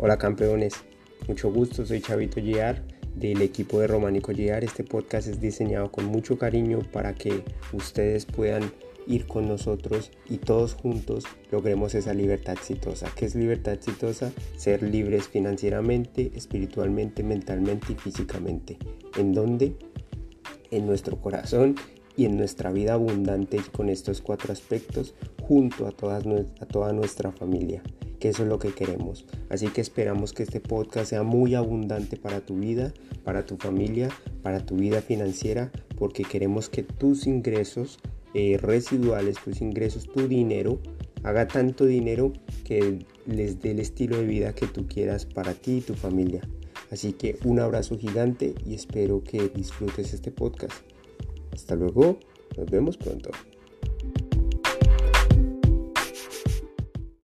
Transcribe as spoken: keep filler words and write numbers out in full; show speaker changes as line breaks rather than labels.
Hola campeones, mucho gusto, soy Chavito G R del equipo de Románico G R. Este podcast es diseñado con mucho cariño para que ustedes puedan ir con nosotros y todos juntos logremos esa libertad exitosa. ¿Qué es libertad exitosa? Ser libres financieramente, espiritualmente, mentalmente y físicamente. ¿En dónde? En nuestro corazón y en nuestra vida abundante con estos cuatro aspectos junto a, todas, a toda nuestra familia, que eso es lo que queremos. Así que esperamos que este podcast sea muy abundante para tu vida, para tu familia, para tu vida financiera, porque queremos que tus ingresos eh, residuales, tus ingresos, tu dinero, haga tanto dinero que les dé el estilo de vida que tú quieras para ti y tu familia. Así que un abrazo gigante y espero que disfrutes este podcast. Hasta luego, nos vemos pronto.